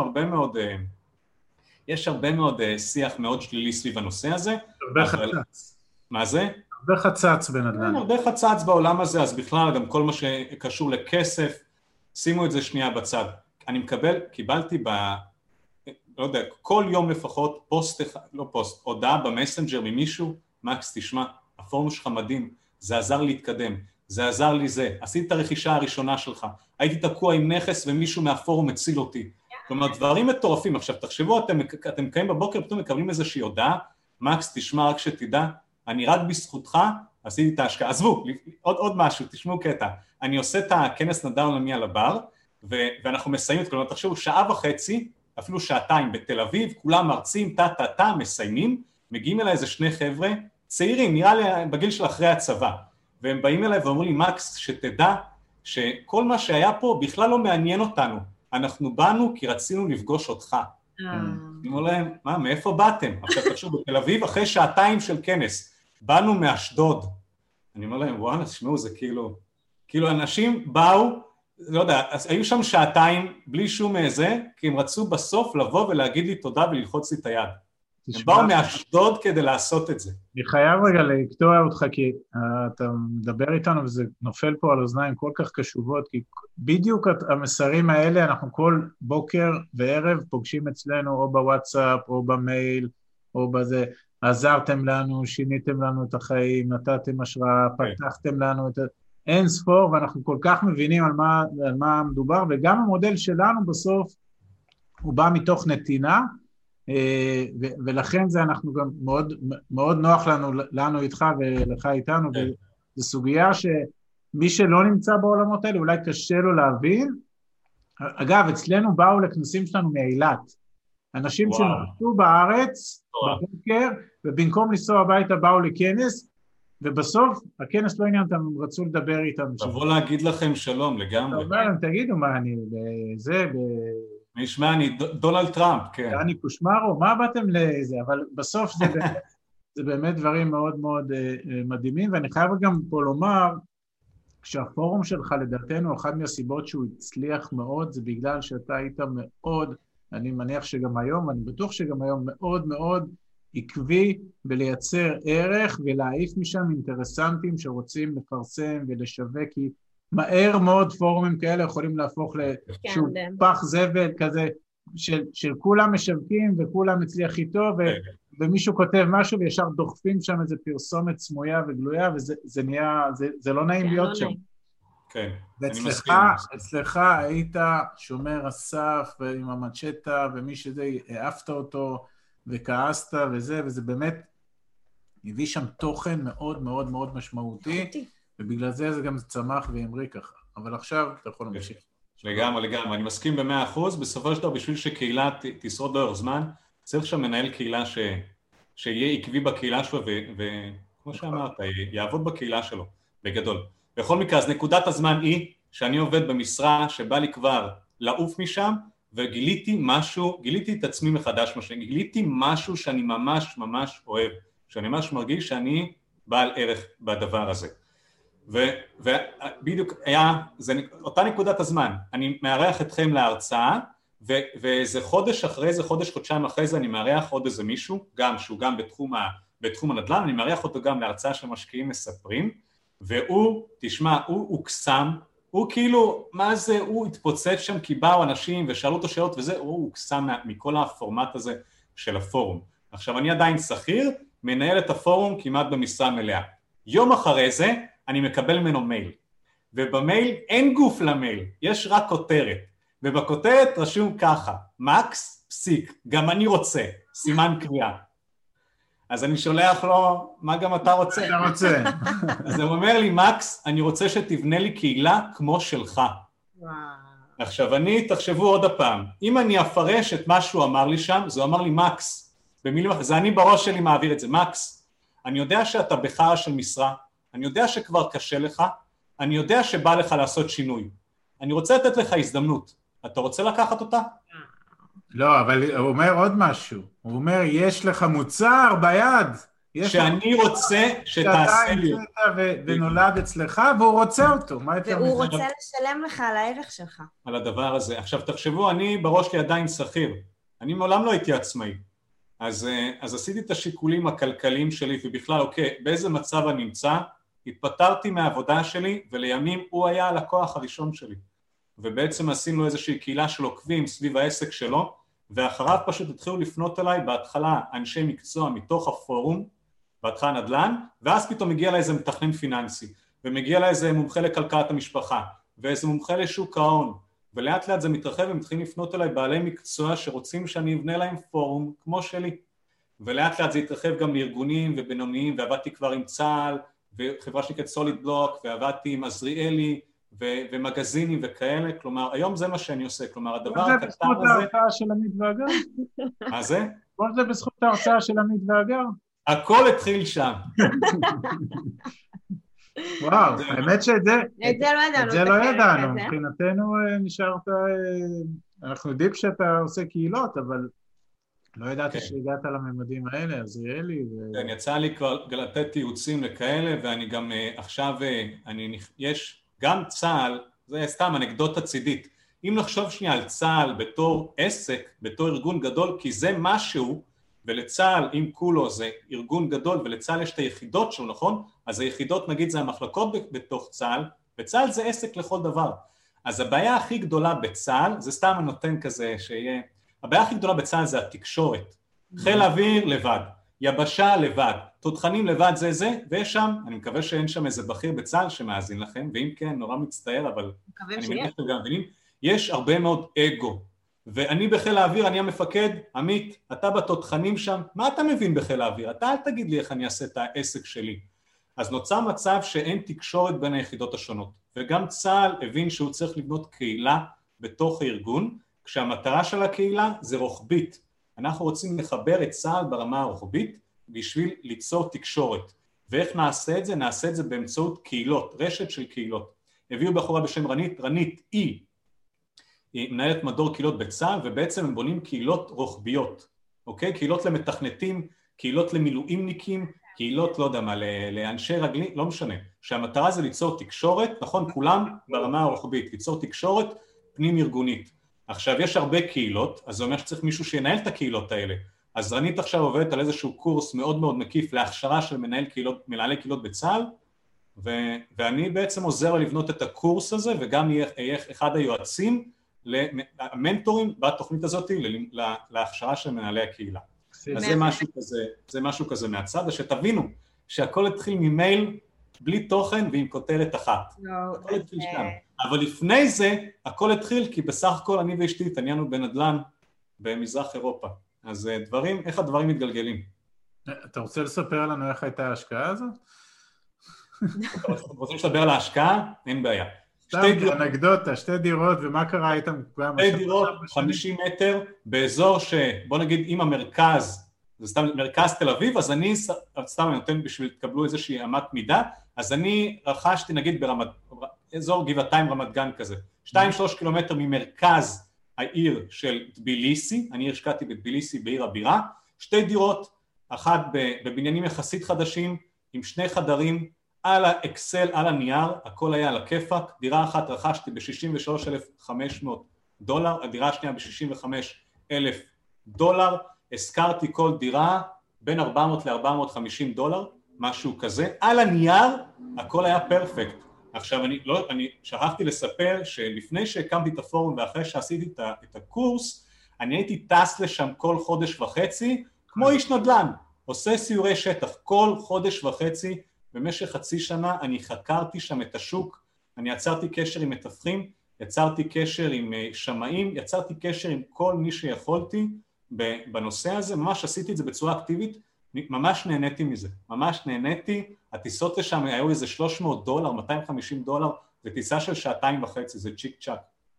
הרבה מאוד שיח מאוד שלילי סביב הנושא הזה. הרבה חצץ. מה זה? הרבה חצץ בנדל"ן. הרבה חצץ בעולם הזה, אז בכלל גם כל מה שקשור לכסף, שימו את זה שנייה בצד. אני קיבלתי לא יודע, כל יום לפחות הודעה במסנג'ר ממישהו, מקס תשמע, הפורום שלך מדהים, זה עזר להתקדם, זה עזר לי זה, עשיתי את הרכישה הראשונה שלך, הייתי תקוע עם נכס ומישהו מהפורום הציל אותי. כלומר, דברים מטורפים. עכשיו, תחשבו, אתם קיים בבוקר, פתאום מקבלים איזושהי הודעה, מקס תשמע, רק שתדע, אני רק בזכותך עשיתי את ההשקעה. עזבו, עוד משהו, תשמעו קטע. אני עושה את הכנס נדל"ן עולמי על הבר, ואנחנו מסיימים, כלומר, תחשבו, 1.5 שעות, אפילו 2 שעות בתל אביב, כולם מרצים, מסיימים, מגיעים אליי איזה 2 חבר'ה, צעירים, נראה לי בגיל של אחרי הצבא, והם באים אליי ואומרים לי, מקס, שתדע שכל מה שהיה פה בכלל לא מעניין אותנו, אנחנו באנו כי רצינו לפגוש אותך. אני אומר להם, מה, מאיפה באתם? עכשיו תחשבו, בתל אביב, אחרי 2 שעות של כנס, באנו מאשדוד. אני אומר להם, וואלה, תשמעו, זה כאילו אנשים באו, לא יודע, היו שם 2 שעות בלי שום איזה, כי הם רצו בסוף לבוא ולהגיד לי תודה וללחוץ לי את היד. הם באו מאשדוד כדי לעשות את זה. אני חייב רגע לקטוע אותך, כי אתה מדבר איתנו וזה נופל פה על אוזניים כל כך קשובות, כי בדיוק המסרים האלה אנחנו כל בוקר וערב פוגשים אצלנו, או בוואטסאפ, או במייל, או בזה, עזרתם לנו, שיניתם לנו את החיים, נתתם השראה, פתחתם לנו את... אין ספור, ואנחנו כל כך מבינים על מה מדובר, וגם המודל שלנו בסוף, הוא בא מתוך נתינה, ולכן זה אנחנו גם מאוד נוח לנו איתך ולך איתנו, וזו סוגיה שמי שלא נמצא בעולמות האלה, אולי קשה לו להבין. אגב, אצלנו באו לכנסים שלנו מאילת, אנשים שנמצאו בארץ, בבוקר, ובמקום לנסוע הביתה באו לכנס, ובסוף הכנס לא עניין אותם, הם רצו לדבר איתם. תבוא להגיד לכם שלום לגמרי. תגידו מה אני, זה... נשמע, אני דונלד טראמפ, כן. אני קושמרו, מה באתם לזה? אבל בסוף זה באמת דברים מאוד מאוד מדהימים, ואני חייב גם פה לומר, כשהפורום שלך לדעתנו, אחת מהסיבות שהוא הצליח מאוד, זה בגלל שאתה היית מאוד, אני מניח שגם היום, אני בטוח שגם היום מאוד מאוד עקבי בלייצר ערך, ולהעיף משם אינטרסנטים שרוצים לפרסם ולשווק, כי מהר מאוד פורומים כאלה יכולים להפוך לשהו פח זבל כזה, של כולם משווקים וכולם מצליח איתו, ומישהו כותב משהו וישר דוחפים שם איזה פרסומת סמויה וגלויה, וזה נהיה, זה לא נעים להיות שם. כן, ואצלך היית שומר הסף עם המצ'טה, ומי שזה העפת אותו וכעסת וזה באמת הביא שם תוכן מאוד מאוד מאוד משמעותי, ובגלל זה גם צמח והמריא ככה. אבל עכשיו אתה יכול להמשיך. לגמרי, אני מסכים ב100%. בסופו של דבר, בשביל שקהילה תשרוד לאורך זמן, צריך שם מנהל קהילה שיהיה עקבי בקהילה שלו, וכמו שאמרת, יעבוד בקהילה שלו, בגדול. בכל מקרה, אז נקודת הזמן היא שאני עובד במשרה שבא לי כבר לעוף משם, וגיליתי משהו, גיליתי את עצמי מחדש, גיליתי משהו שאני ממש ממש אוהב, שאני ממש מרגיש שאני בעל ערך בדבר הזה. ובדיוק היה, זה אותה נקודת הזמן, אני מארח אתכם להרצאה, ואיזה חודש אחרי זה, חודשיים אחרי זה, אני מארח עוד איזה מישהו, גם שהוא גם בתחום הנדל"ן, אני מארח אותו גם להרצאה של משקיעים מספרים, והוא, תשמע, הוא קסם, הוא כאילו, מה זה, הוא התפוצץ שם כי באו אנשים ושאלו אותו שאלות וזה, הוא קסם מכל הפורמט הזה של הפורום. עכשיו, אני עדיין שכיר, מנהל את הפורום כמעט במשרה מלאה. יום אחרי זה, אני מקבל ממנו מייל, ובמייל אין גוף למייל, יש רק כותרת, ובכותרת רשום ככה, מקס, פסיק, גם אני רוצה, סימן קריאה. אז אני שולח לו, מה גם אתה רוצה? אתה רוצה. אז הוא אומר לי, מקס, אני רוצה שתבנה לי קהילה כמו שלך. עכשיו, תחשבו עוד הפעם, אם אני אפרש את מה שהוא אמר לי שם, זה אמר לי, מקס, במילים אחרות, זה אני בראש שלי מעביר את זה, מקס, אני יודע שאתה בחרה של משרה, אני יודע שכבר קשה לך, אני יודע שבא לך לעשות שינוי, אני רוצה לתת לך הזדמנות, אתה רוצה לקחת אותה? לא, אבל הוא אומר עוד משהו, הוא אומר, יש לך מוצר ביד, שאני רוצה שתעשה לי. ונולד אצלך, והוא רוצה אותו. והוא רוצה לשלם לך על הערך שלך. על הדבר הזה. עכשיו תחשבו, אני בראש לי עדיין שכיר, אני מעולם לא הייתי עצמאי, אז עשיתי את השיקולים הכלכליים שלי, ובכלל, אוקיי, באיזה מצב אני נמצא, התפטרתי מהעבודה שלי, ולימים הוא היה הלקוח הראשון שלי. ובעצם עשינו איזושהי קהילה של עוקבים סביב העסק שלו, ואחריו פשוט התחילו לפנות אליי, בהתחלה אנשי מקצוע מתוך הפורום, בהתחלה נדל"ן, ואז פתאום מגיע לה איזה מתכנן פיננסי, ומגיע לה איזה מומחה לכלכלת המשפחה, ואיזה מומחה לשוק ההון, ולאט לאט זה מתרחב, ומתחילים לפנות אליי בעלי מקצוע שרוצים שאני אבנה להם פורום כמו שלי, ולאט לאט זה התרחב גם לארגונים ובינוניים, ועבדתי כבר עם צה"ל, וחברה שנקראת סוליד בלוק, ועבדתי עם עזריאלי, ומגזינים וכאלה, כלומר, היום זה מה שאני עושה, כלומר, הדבר הקטן הזה... זה בזכות ההרצאה של עמית ואגר? מה זה? כל זה בזכות ההרצאה של עמית ואגר? הכל התחיל שם. וואו, האמת שאת זה... את זה לא ידענו. מבחינתנו נשארת... אנחנו יודעים שאתה עושה קהילות, אבל לא ידעתי שהגעת לממדים האלה, עזריאלי כן, יצא לי כבר לתת ייעוצים לכאלה, ואני גם עכשיו, יש... גם צה"ל, זה סתם אנקדוטה צידית, אם נחשוב שנייה על צה"ל בתור עסק, בתור ארגון גדול, כי זה משהו, ולצה"ל, אם כולו זה ארגון גדול, ולצה"ל יש את היחידות שלו, נכון? אז היחידות, נגיד, זה המחלקות בתוך צה"ל, וצה"ל זה עסק לכל דבר. אז הבעיה הכי גדולה בצה"ל, זה סתם הנותן כזה שיהיה, הבעיה הכי גדולה בצה"ל זה התקשורת. חיל האוויר לבד, יבשה לבד, תותחנים לבד זה, ויש שם, אני מקווה שאין שם איזה בכיר בצה"ל שמאזין לכם, ואם כן, נורא מצטער, אבל אני מניח שגם מבינים, יש הרבה מאוד אגו, ואני בחיל האוויר, אני המפקד, עמית, אתה בתותחנים שם, מה אתה מבין בחיל האוויר? אתה אל תגיד לי איך אני אעשה את העסק שלי. אז נוצר מצב שאין תקשורת בין היחידות השונות, וגם צה"ל הבין שהוא צריך לבנות קהילה בתוך הארגון, כשהמטרה של הקהילה זה רוחבית. אנחנו רוצים לחבר את צה"ל ברמה הרוחבית בשביל ליצור תקשורת. ואיך נעשה את זה? נעשה את זה באמצעות קהילות, רשת של קהילות. הביאו בחורה בשם רנית היא מנהלת מדור קהילות בצה"ל, ובעצם הם בונים קהילות רוחביות, אוקיי? קהילות למתכנתים, קהילות למילואימניקים, קהילות, לא יודע מה, לאנשי רגלי, לא משנה. שהמטרה זה ליצור תקשורת, נכון, כולם ברמה הרוחבית, ליצור תקשורת פנים ארגונית. עכשיו, יש הרבה קהילות, אז זה אומר שצריך מישהו שינהל את הקהילות האלה. אז רנית עכשיו עובדת על איזשהו קורס מאוד מאוד מקיף להכשרה של מנהלי קהילות בצה"ל, ואני בעצם עוזר לבנות את הקורס הזה, וגם יהיה אחד היועצים, המנטורים בתוכנית הזאת להכשרה של מנהלי הקהילה. אז זה משהו כזה מהצד, שתבינו שהכל התחיל ממייל בלי תוכן ועם כותרת אחת. הכל התחיל שם. אבל לפני זה, הכל התחיל כי בסך הכל אני ואשתי התעניינו בנדל"ן במזרח אירופה. אז איך הדברים מתגלגלים? אתה רוצה לספר לנו איך הייתה ההשקעה הזאת? רוצים לדבר על ההשקעה? אין בעיה. אנקדוטה, 2 דירות, ומה קרה איתם? 2 דירות, 50 מטר, באזור שבוא נגיד אם המרכז, זה סתם מרכז תל אביב, אז אני סתם נותן בשביל תקבלו איזושהי אמת מידה, אז אני רכשתי נגיד אזור גבעתיים רמת גן כזה, 2-3 קילומטר ממרכז העיר של טביליסי, אני השקעתי בטביליסי בעיר הבירה, 2 דירות, אחת בבניינים יחסית חדשים, עם 2 חדרים, על האקסל, על הנייר, הכל היה על הכיפק, דירה אחת רכשתי $63,500, הדירה השנייה $65,000, השכרתי כל דירה בין $400 ל-$450, משהו כזה, על הנייר הכל היה פרפקט. עכשיו אני שכחתי לספר שלפני שהקמתי את הפורום ואחרי שעשיתי את הקורס, אני הייתי טס לשם כל חודש וחצי, כמו איש נדל"ן, עושה סיורי שטח כל חודש וחצי, במשך חצי שנה אני חקרתי שם את השוק, אני יצרתי קשר עם מתווכים, יצרתי קשר עם שמאים, יצרתי קשר עם כל מי שיכולתי בנושא הזה, ממש עשיתי את זה בצורה אקטיבית, ממש נהניתי מזה, ממש נהניתי, הטיסות לשם היו איזה $300, $250, וטיסה של 2.5 שעות, זה צ'יק צ'ק.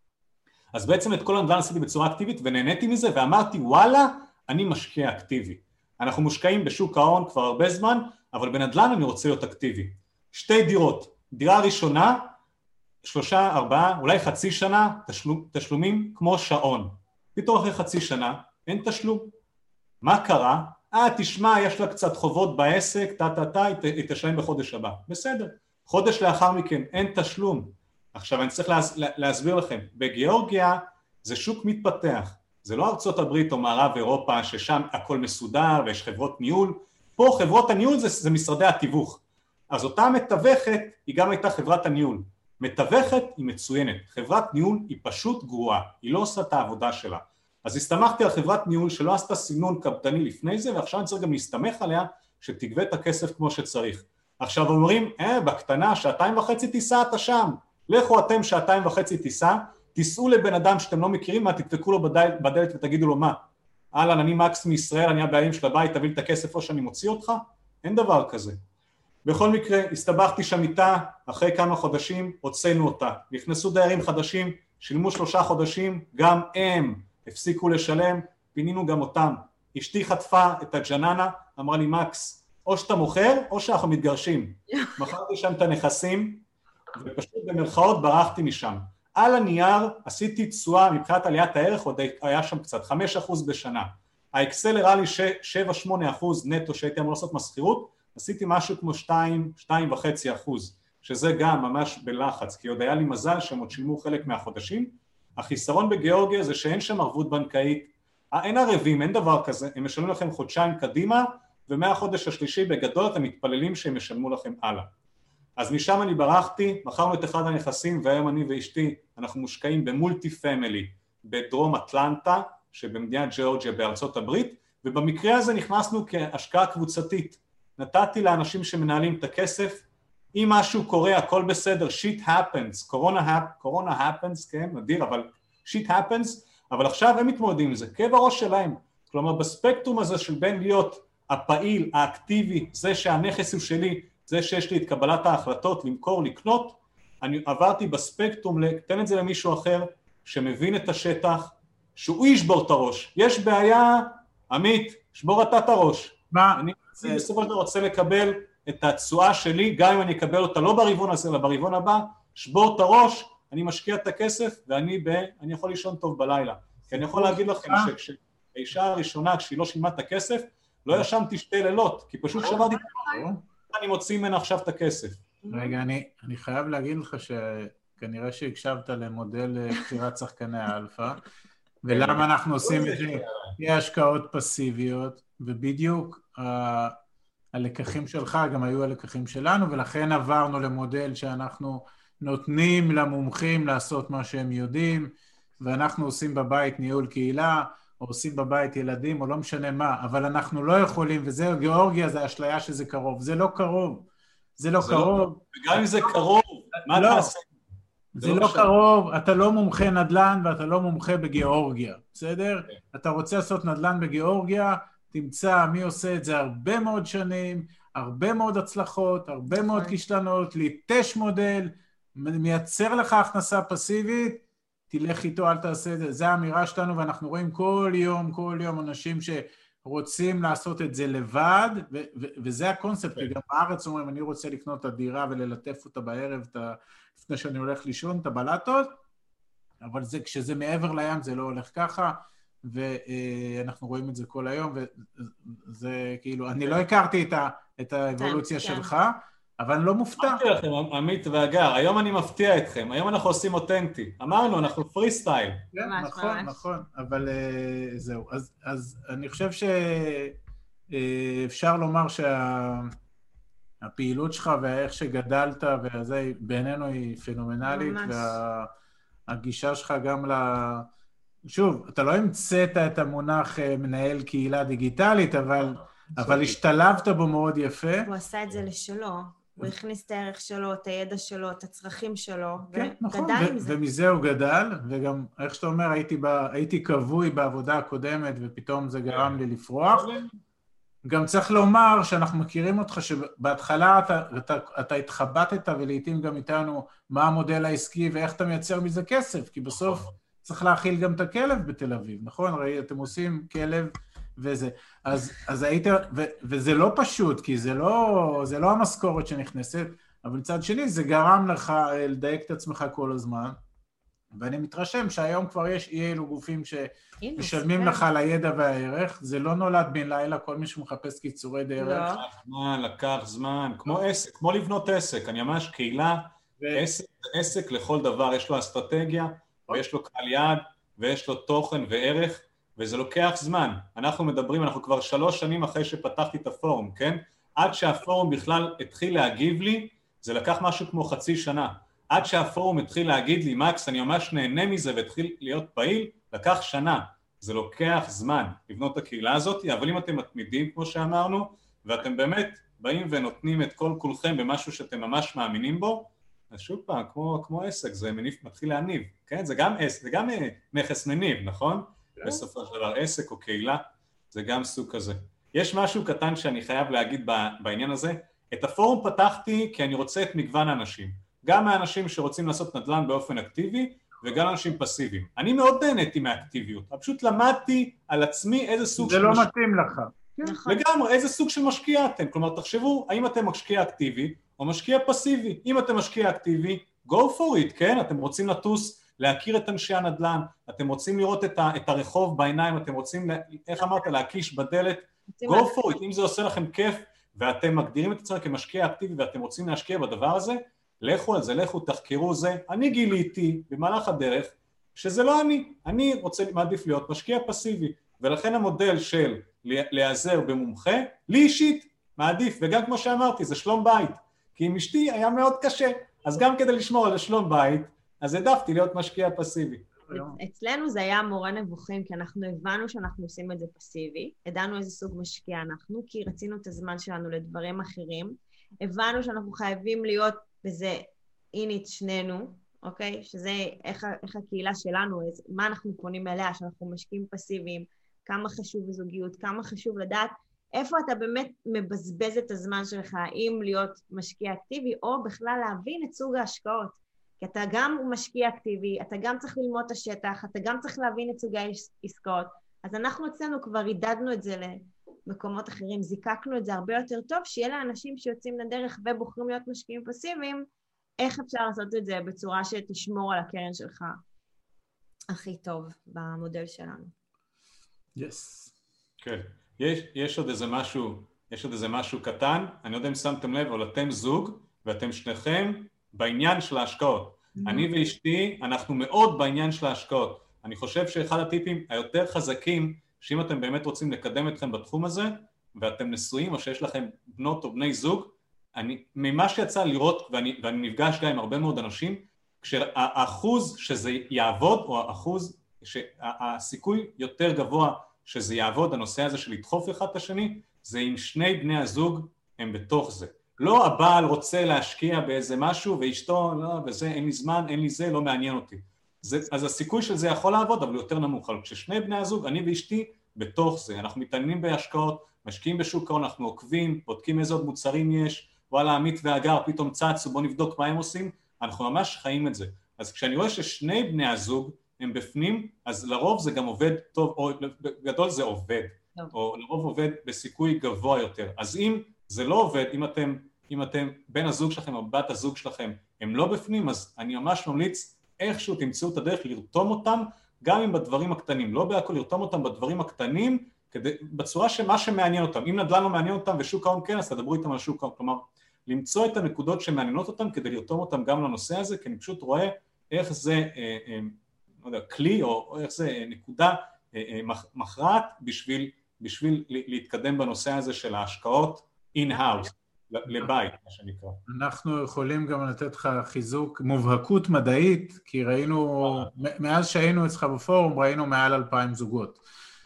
אז בעצם את כל הנדל"ן עשיתי בצורה אקטיבית ונהניתי מזה ואמרתי וואלה, אני משקיע אקטיבי. אנחנו מושקעים בשוק ההון כבר הרבה זמן, אבל בנדל"ן אני רוצה להיות אקטיבי. 2 דירות, דירה ראשונה, 3, 4, אולי חצי שנה, תשלומים כמו שעון. פתאום אחרי חצי שנה, אין תשלום. מה קרה? תשמע, יש לה קצת חובות בעסק, היא תשלם בחודש הבא. בסדר. חודש לאחר מכן, אין תשלום. עכשיו אני צריך להסביר לכם, בגיאורגיה זה שוק מתפתח. זה לא ארצות הברית או מערב אירופה ששם הכל מסודר ויש חברות ניהול, פה חברות הניהול זה משרדי התיווך. אז אותה מתווכת היא גם הייתה חברת הניהול. מתווכת היא מצוינת, חברת ניהול היא פשוט גרועה, היא לא עושה את העבודה שלה. אז הסתמכתי על חברת ניהול שלא עשתה סינון קפדני לפני זה, ועכשיו אני צריך גם להסתמך עליה שתגבה את הכסף כמו שצריך. עכשיו אומרים, בקטנה, 2.5 טיסה אתה שם, לכו אתם 2.5 טיסה, תיסעו לבן אדם שאתם לא מכירים, מה תדפקו לו בדלת ותגידו לו מה? אהלן, אני מקס מישראל, אני הבעלים של הבית, תביא לי את הכסף או שאני מוציא אותך? אין דבר כזה. בכל מקרה, הסתבכתי שם איתה, אחרי כמה חודשים, הוצאנו אותה. נכנסו דיירים חדשים, שילמו 3 חודשים, גם הם הפסיקו לשלם, פינינו גם אותם. אשתי חטפה את הג'ננה, אמרה לי, מקס, או שאתה מוכר, או שאנחנו מתגרשים. מכרתי שם את הנכסים, ופשוט במרכאות ברחתי משם. על הנייר עשיתי תשואה מבחינת עליית הערך, עוד היה שם קצת, 5% בשנה. האקסל הראה לי 7-8% נטו שהייתי אמור לעשות מסחירות, עשיתי משהו כמו 2.5%, שזה גם ממש בלחץ, כי עוד היה לי מזל שהם עוד שילמו חלק מהחודשים. החיסרון בגיאורגיה זה שאין שם ערבות בנקאית, אין ערבים, אין דבר כזה, הם משלמים לכם חודשיים קדימה, ומהחודש השלישי בגדול אתם מתפללים שהם ישלמו לכם הלאה. אז משם אני ברחתי, מכרנו את אחד הנכסים, והיום אני ואשתי, אנחנו מושקעים במולטי פמילי, בדרום אטלנטה, שבמדינת ג'אורג'יה בארצות הברית, ובמקרה הזה נכנסנו כהשקעה קבוצתית. נתתי לאנשים שמנהלים את הכסף, אם משהו קורה, הכל בסדר, shit happens, קורונה happens, כן, נדיר, אבל shit happens, אבל עכשיו הם מתמודדים עם זה, כאב הראש שלהם. כלומר, בספקטרום הזה של בין להיות הפעיל, האקטיבי, זה שהנכס הוא שלי, זה שיש לי את קבלת ההחלטות, למכור, לקנות, אני עברתי בספקטרום, תן את זה למישהו אחר, שמבין את השטח, שהוא ישבור את הראש. יש בעיה, עמית, שבור אתה את הראש. מה? אני בסופו של דבר רוצה לקבל את התשואה שלי, גם אם אני אקבל אותה לא ברבעון הזה, אלא ברבעון הבא, שבור את הראש, אני משקיע את הכסף, ואני יכול לישון טוב בלילה. כי אני יכול להגיד לכם שכשהאישה הראשונה, כשהיא לא שילמה את הכסף, לא ישנתי 2 לילות, כי פשוט שברתי את הכסף, אני מוציא ממנה עכשיו את הכסף. רגע, אני חייב להגיד לך שכנראה שהקשבת למודל בחירת שחקני האלפא, ולמה אנחנו עושים את זה? היא השקעות פסיביות, ובדיוק הלקחים שלך גם היו הלקחים שלנו, ולכן עברנו למודל שאנחנו נותנים למומחים לעשות מה שהם יודעים, ואנחנו עושים בבית ניהול קהילה, או עושים בבית ילדים, או לא משנה מה, אבל אנחנו לא יכולים, וזה גיאורגיה, זה אשליה שזה קרוב, זה לא קרוב, זה לא קרוב. וגם אם זה קרוב, מה אתה עושה? זה לא קרוב, אתה לא מומחה נדל"ן, ואתה לא מומחה בגיאורגיה, בסדר? אתה רוצה לעשות נדל"ן בגיאורגיה, תמצא מי עושה את זה הרבה מאוד שנים, הרבה מאוד הצלחות, הרבה מאוד כישלונות, ליטש מודל, מייצר לך הכנסה פסיבית, תלך איתו, אל תעשה את זה. זה האמירה שלנו, ואנחנו רואים כל יום אנשים רוצים לעשות את זה לבד, וזה הקונספט, כי גם בארץ אומרים, אני רוצה לקנות את הדירה וללטף אותה בערב, לפני שאני הולך לישון, את הבלטות, אבל כשזה מעבר לים זה לא הולך ככה, ואנחנו רואים את זה כל היום, וזה כאילו, אני לא הכרתי את האבולוציה שלך, אבל אני לא מופתע. אמרתי לכם, עמית והגר, היום אני מפתיע אתכם, היום אנחנו עושים אותנטי. אמרנו, אנחנו פרי סטייל. נכון, נכון, אבל זהו. אז אני חושב שאפשר לומר שהפעילות שלך ואיך שגדלת, וזה בינינו היא פנומנלית, והגישה שלך גם שוב, אתה לא המצאת את המונח מנהל קהילה דיגיטלית, אבל השתלבת בו מאוד יפה. הוא עשה את זה לשלו. הוא הכניס את הערך שלו, את הידע שלו, את הצרכים שלו, וגדל עם זה. ומזה הוא גדל, וגם, איך שאתה אומר, הייתי קבוי בעבודה הקודמת, ופתאום זה גרם לי לפרוח. גם צריך לומר שאנחנו מכירים אותך, שבהתחלה אתה התחבטת, ולעיתים גם איתנו, מה המודל העסקי, ואיך אתה מייצר מזה כסף, כי בסוף צריך להכיל גם את הכלב בתל אביב, נכון? הרי אתם עושים כלב, וזה, אז היית, וזה לא פשוט, כי זה לא המשכורת שנכנסת, אבל מצד שני זה גרם לך לדייק את עצמך כל הזמן, ואני מתרשם שהיום כבר יש אילו גופים שמשלמים לך על הידע והערך, זה לא נולד בין לילה, כל מי שמחפש קיצורי דרך. לקח זמן, כמו עסק, כמו לבנות עסק, אני ממש קהילה, עסק לכל דבר, יש לו אסטרטגיה, ויש לו קהל יעד, ויש לו תוכן וערך, וזה לוקח זמן. אנחנו מדברים, אנחנו כבר 3 שנים אחרי שפתחתי את הפורום, כן? עד שהפורום בכלל התחיל להגיב לי, זה לקח משהו כמו חצי שנה. עד שהפורום התחיל להגיד לי, מקס, אני ממש נהנה מזה והתחיל להיות פעיל, לקח שנה. זה לוקח זמן לבנות את הקהילה הזאת, אבל אם אתם מתמידים, כמו שאמרנו, ואתם באמת באים ונותנים את כל כולכם במשהו שאתם ממש מאמינים בו, אז שוב פעם, כמו עסק, זה מתחיל להניב, כן? זה גם עסק, זה גם נכס מניב, נכון? בסופו של דבר, עסק או קהילה, זה גם סוג כזה. יש משהו קטן שאני חייב להגיד בעניין הזה, את הפורום פתחתי כי אני רוצה את מגוון האנשים, גם האנשים שרוצים לעשות נדל"ן באופן אקטיבי, וגם אנשים פסיביים. אני מאוד נהניתי מהאקטיביות, פשוט למדתי על עצמי איזה סוג של משקיע. זה לא מתאים לך. לגמרי, איזה סוג של משקיע אתם, כלומר תחשבו, האם אתם משקיע אקטיבי או משקיע פסיבי. אם אתם משקיע אקטיבי, go for it, כן? אתם רוצים לטוס, להכיר את אנשי הנדל"ן, אתם רוצים לראות את הרחוב בעיניים, אתם רוצים, איך אמרת, להקיש בדלת, go for it, אם זה עושה לכם כיף, ואתם מגדירים את עצמם כמשקיע אקטיבי, ואתם רוצים להשקיע בדבר הזה, לכו על זה, לכו, תחקרו זה. אני גיליתי במהלך הדרך, שזה לא אני רוצה מעדיף להיות משקיע פסיבי, ולכן המודל של להיעזר במומחה, לי אישית מעדיף, וגם כמו שאמרתי, זה שלום בית, כי עם אשתי היה מאוד קשה, אז גם כדי לשמור על שלום בית, אז העדפתי להיות משקיע פסיבי. אצלנו זה היה מורה נבוכים, כי אנחנו הבנו שאנחנו עושים את זה פסיבי, ידענו איזה סוג משקיע אנחנו, כי רצינו את הזמן שלנו לדברים אחרים, הבנו שאנחנו חייבים להיות בזה אינית שנינו, אוקיי? שזה איך הקהילה שלנו, מה אנחנו פונים אליה, שאנחנו משקיעים פסיביים, כמה חשוב בזוגיות, כמה חשוב לדעת איפה אתה באמת מבזבז את הזמן שלך, האם להיות משקיע אקטיבי, או בכלל להבין את סוג ההשקעות. כי אתה גם משקיע אקטיבי, אתה גם צריך ללמוד את השטח, אתה גם צריך להבין את סוגי העסקאות. אז אנחנו אצלנו כבר רידדנו את זה למקומות אחרים, זיקקנו את זה הרבה יותר טוב, שיהיה לאנשים שיוצאים לדרך ובוחרים להיות משקיעים פסיביים, איך אפשר לעשות את זה בצורה שתשמור על הקרן שלך הכי טוב במודל שלנו. Yes. כן. יש עוד איזה משהו קטן, אני לא יודע אם שמתם לב, אבל אתם זוג, ואתם שניכם בעניין של ההשקעות. אני ואשתי, אנחנו מאוד בעניין של ההשקעות. אני חושב שאחד הטיפים היותר חזקים, שאם אתם באמת רוצים לקדם אתכם בתחום הזה, ואתם נשואים או שיש לכם בנות או בני זוג, ממה שיצא לראות, ואני נפגש גם עם הרבה מאוד אנשים, כשהאחוז שזה יעבוד, או האחוז שהסיכוי יותר גבוה שזה יעבוד, הנושא הזה של לדחוף אחד את השני, זה אם שני בני הזוג הם בתוך זה. לא הבעל רוצה להשקיע באיזה משהו, ואשתו, לא, וזה, אין לי זמן, אין לי זה, לא מעניין אותי. אז הסיכוי של זה יכול לעבוד, אבל יותר נמוך. אבל כששני בני הזוג, אני ואשתי, בתוך זה, אנחנו מתעניינים בהשקעות, משקיעים בשוק ההון, אנחנו עוקבים, בודקים איזה עוד מוצרים יש, וואלה, עמית והגר פתאום צצו, בוא נבדוק מה הם עושים, אנחנו ממש חיים את זה. אז כשאני רואה ששני בני הזוג הם בפנים, אז לרוב זה גם עובד טוב, או בגדול זה עובד. או לרוב עובד בסיכוי גבוה יותר. אז אם זה לא עובד, אם אתם בן הזוג שלכם או בת הזוג שלכם הם לא בפנים, אז אני ממש ממליץ איכשהו תמצאו את הדרך לרתום אותם, גם אם בדברים הקטנים, לא בהכל לרתום אותם בדברים הקטנים, בצורה שמה שמעניין אותם. אם נדל"ן לא מעניין אותם ושוק ההון כן, אז תדברו איתם על שוק ההון. כלומר, למצוא את הנקודות שמעניינות אותם כדי לרתום אותם גם לנושא הזה, כי אני פשוט רואה איך זה, לא יודע, כלי או איך זה נקודה מכרעת בשביל להתקדם בנושא הזה של ההשקעות in-house, לבית, מה שנקרא. אנחנו יכולים גם לתת לך חיזוק, מובהקות מדעית, כי ראינו, מאז שהיינו אצלך בפורום, ראינו מעל 2,000 זוגות.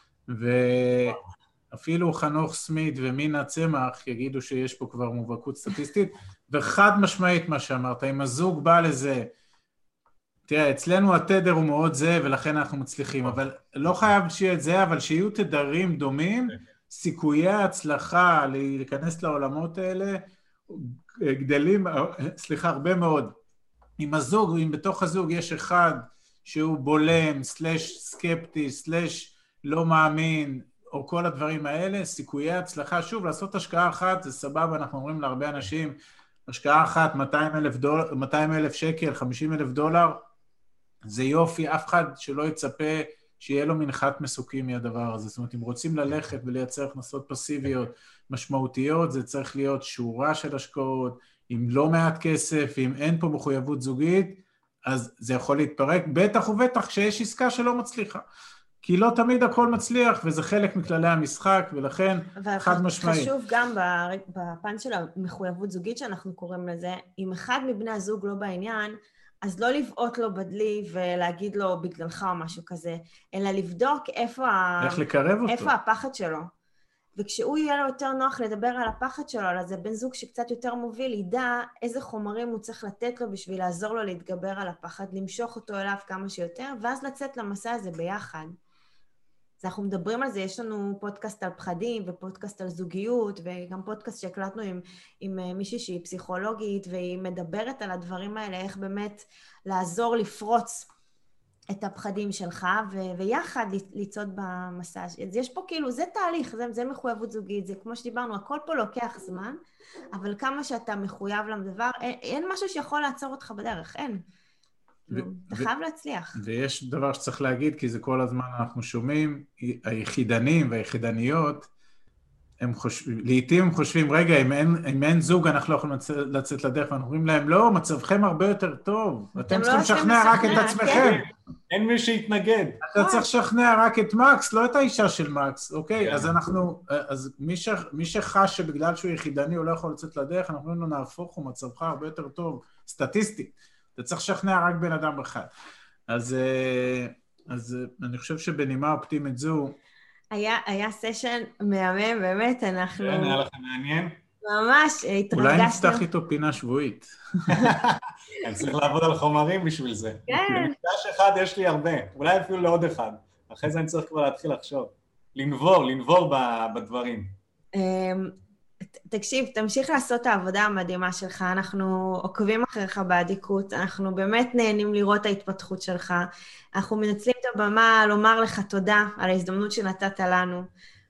ואפילו חנוך סמית ומינה צמח יגידו שיש פה כבר מובהקות סטטיסטית, וחד משמעית מה שאמרת, אם הזוג בא לזה, תראה, אצלנו התדר הוא מאוד זה, ולכן אנחנו מצליחים, אבל לא חייב שיהיה את זה, אבל שיהיו תדרים דומים, סיכויי ההצלחה להיכנס לעולמות האלה, גדלים, הרבה מאוד. אם בתוך הזוג יש אחד שהוא בולם, סקפטי, לא מאמין, או כל הדברים האלה, סיכויי הצלחה, שוב, לעשות השקעה אחת, זה סבבה, אנחנו אומרים להרבה אנשים, השקעה אחת, 200,000 שקל, 50,000 דולר, זה יופי, אף אחד שלא יצפה שיהיה לו מנחת מסוקים מהדבר הזה. זאת אומרת, אם רוצים ללכת ולייצר הכנסות פסיביות משמעותיות, זה צריך להיות שורה של השקעות, עם לא מעט כסף, אם אין פה מחויבות זוגית, אז זה יכול להתפרק, בטח ובטח כשיש עסקה שלא מצליחה. כי לא תמיד הכל מצליח, וזה חלק מכללי המשחק, ולכן חד משמעית. חשוב גם בפן של המחויבות זוגית שאנחנו קוראים לזה, אם אחד מבני הזוג לא בעניין, אז לא לבעוט לו בדלי ולהגיד לו בגללך או משהו כזה, אלא לבדוק איפה הפחד שלו. וכשהוא יהיה לו יותר נוח לדבר על הפחד שלו, על זה בן זוג שקצת יותר מוביל, ידע איזה חומרים הוא צריך לתת לו בשביל לעזור לו להתגבר על הפחד, למשוך אותו אליו כמה שיותר, ואז לצאת למסע הזה ביחד. אז אנחנו מדברים על זה, יש לנו פודקאסט על פחדים ופודקאסט על זוגיות, וגם פודקאסט שהקלטנו עם מישהי שהיא פסיכולוגית, והיא מדברת על הדברים האלה, איך באמת לעזור לפרוץ את הפחדים שלך, ויחד לצעוד במסע. אז יש פה כאילו, זה תהליך, זה מחויבות זוגית, זה כמו שדיברנו, הכל פה לוקח זמן, אבל כמה שאתה מחויב לדבר, אין משהו שיכול לעצור אותך בדרך, אין. אתה חייב להצליח. ויש דבר שצריך להגיד, כי זה כל הזמן אנחנו שומעים, היחידנים והיחידניות, לעתים הם חושבים, רגע, אם אין זוג, אנחנו לא יכולים לצאת לדרך, ואנחנו אומרים להם, לא, מצבכם הרבה יותר טוב, אתם צריכים לשכנע רק את עצמכם. אין מי שיתנגד. אתה צריך לשכנע רק את מקס, לא את האישה של מקס, אוקיי? אז מי שחש שבגלל שהוא יחידני, הוא לא יכול לצאת לדרך, אנחנו אומרים לו, נהפוך, הוא מצבך הרבה יותר טוב, סטטיסטית. אתה צריך לשכנע רק בן אדם אחד. אז אני חושב שבנימה אופטימית זו, היה סשן מהמם, באמת, אנחנו... כן, היה לכם מעניין? ממש, התרגשנו. אולי נפתח איתו פינה שבועית. אני צריך לעבוד על חומרים בשביל זה. כן. למפגש אחד יש לי הרבה, אולי אפילו לעוד אחד. אחרי זה אני צריך כבר להתחיל לחשוב. לנבור בדברים. תקשיב, תמשיך לעשות את העבודה המדהימה שלך, אנחנו עוקבים אחריך באדיקות, אנחנו באמת נהנים לראות את ההתפתחות שלך, אנחנו מנצלים את הבמה לומר לך תודה על ההזדמנות שנתת לנו,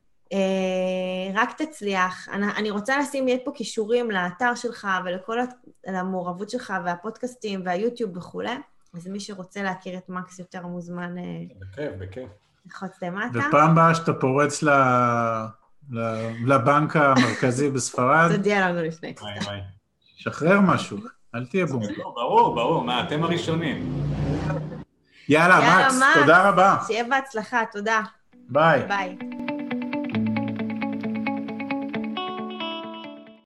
רק תצליח, אני רוצה לשים יד פה קישורים לאתר שלך ולכל המעורבות שלך והפודקאסטים והיוטיוב וכו', אז מי שרוצה להכיר את מקס יותר מוזמן... בכיף. לחוץ למטה. ופעם באה שאתה פורץ לבנק המרכזי בספרד. תודיע לנו לפני. שחרר משהו, אל תהיה בום. ברור, מה, אתם הראשונים. יאללה, מקס, תודה רבה. שיהיה בהצלחה, תודה. ביי. ביי.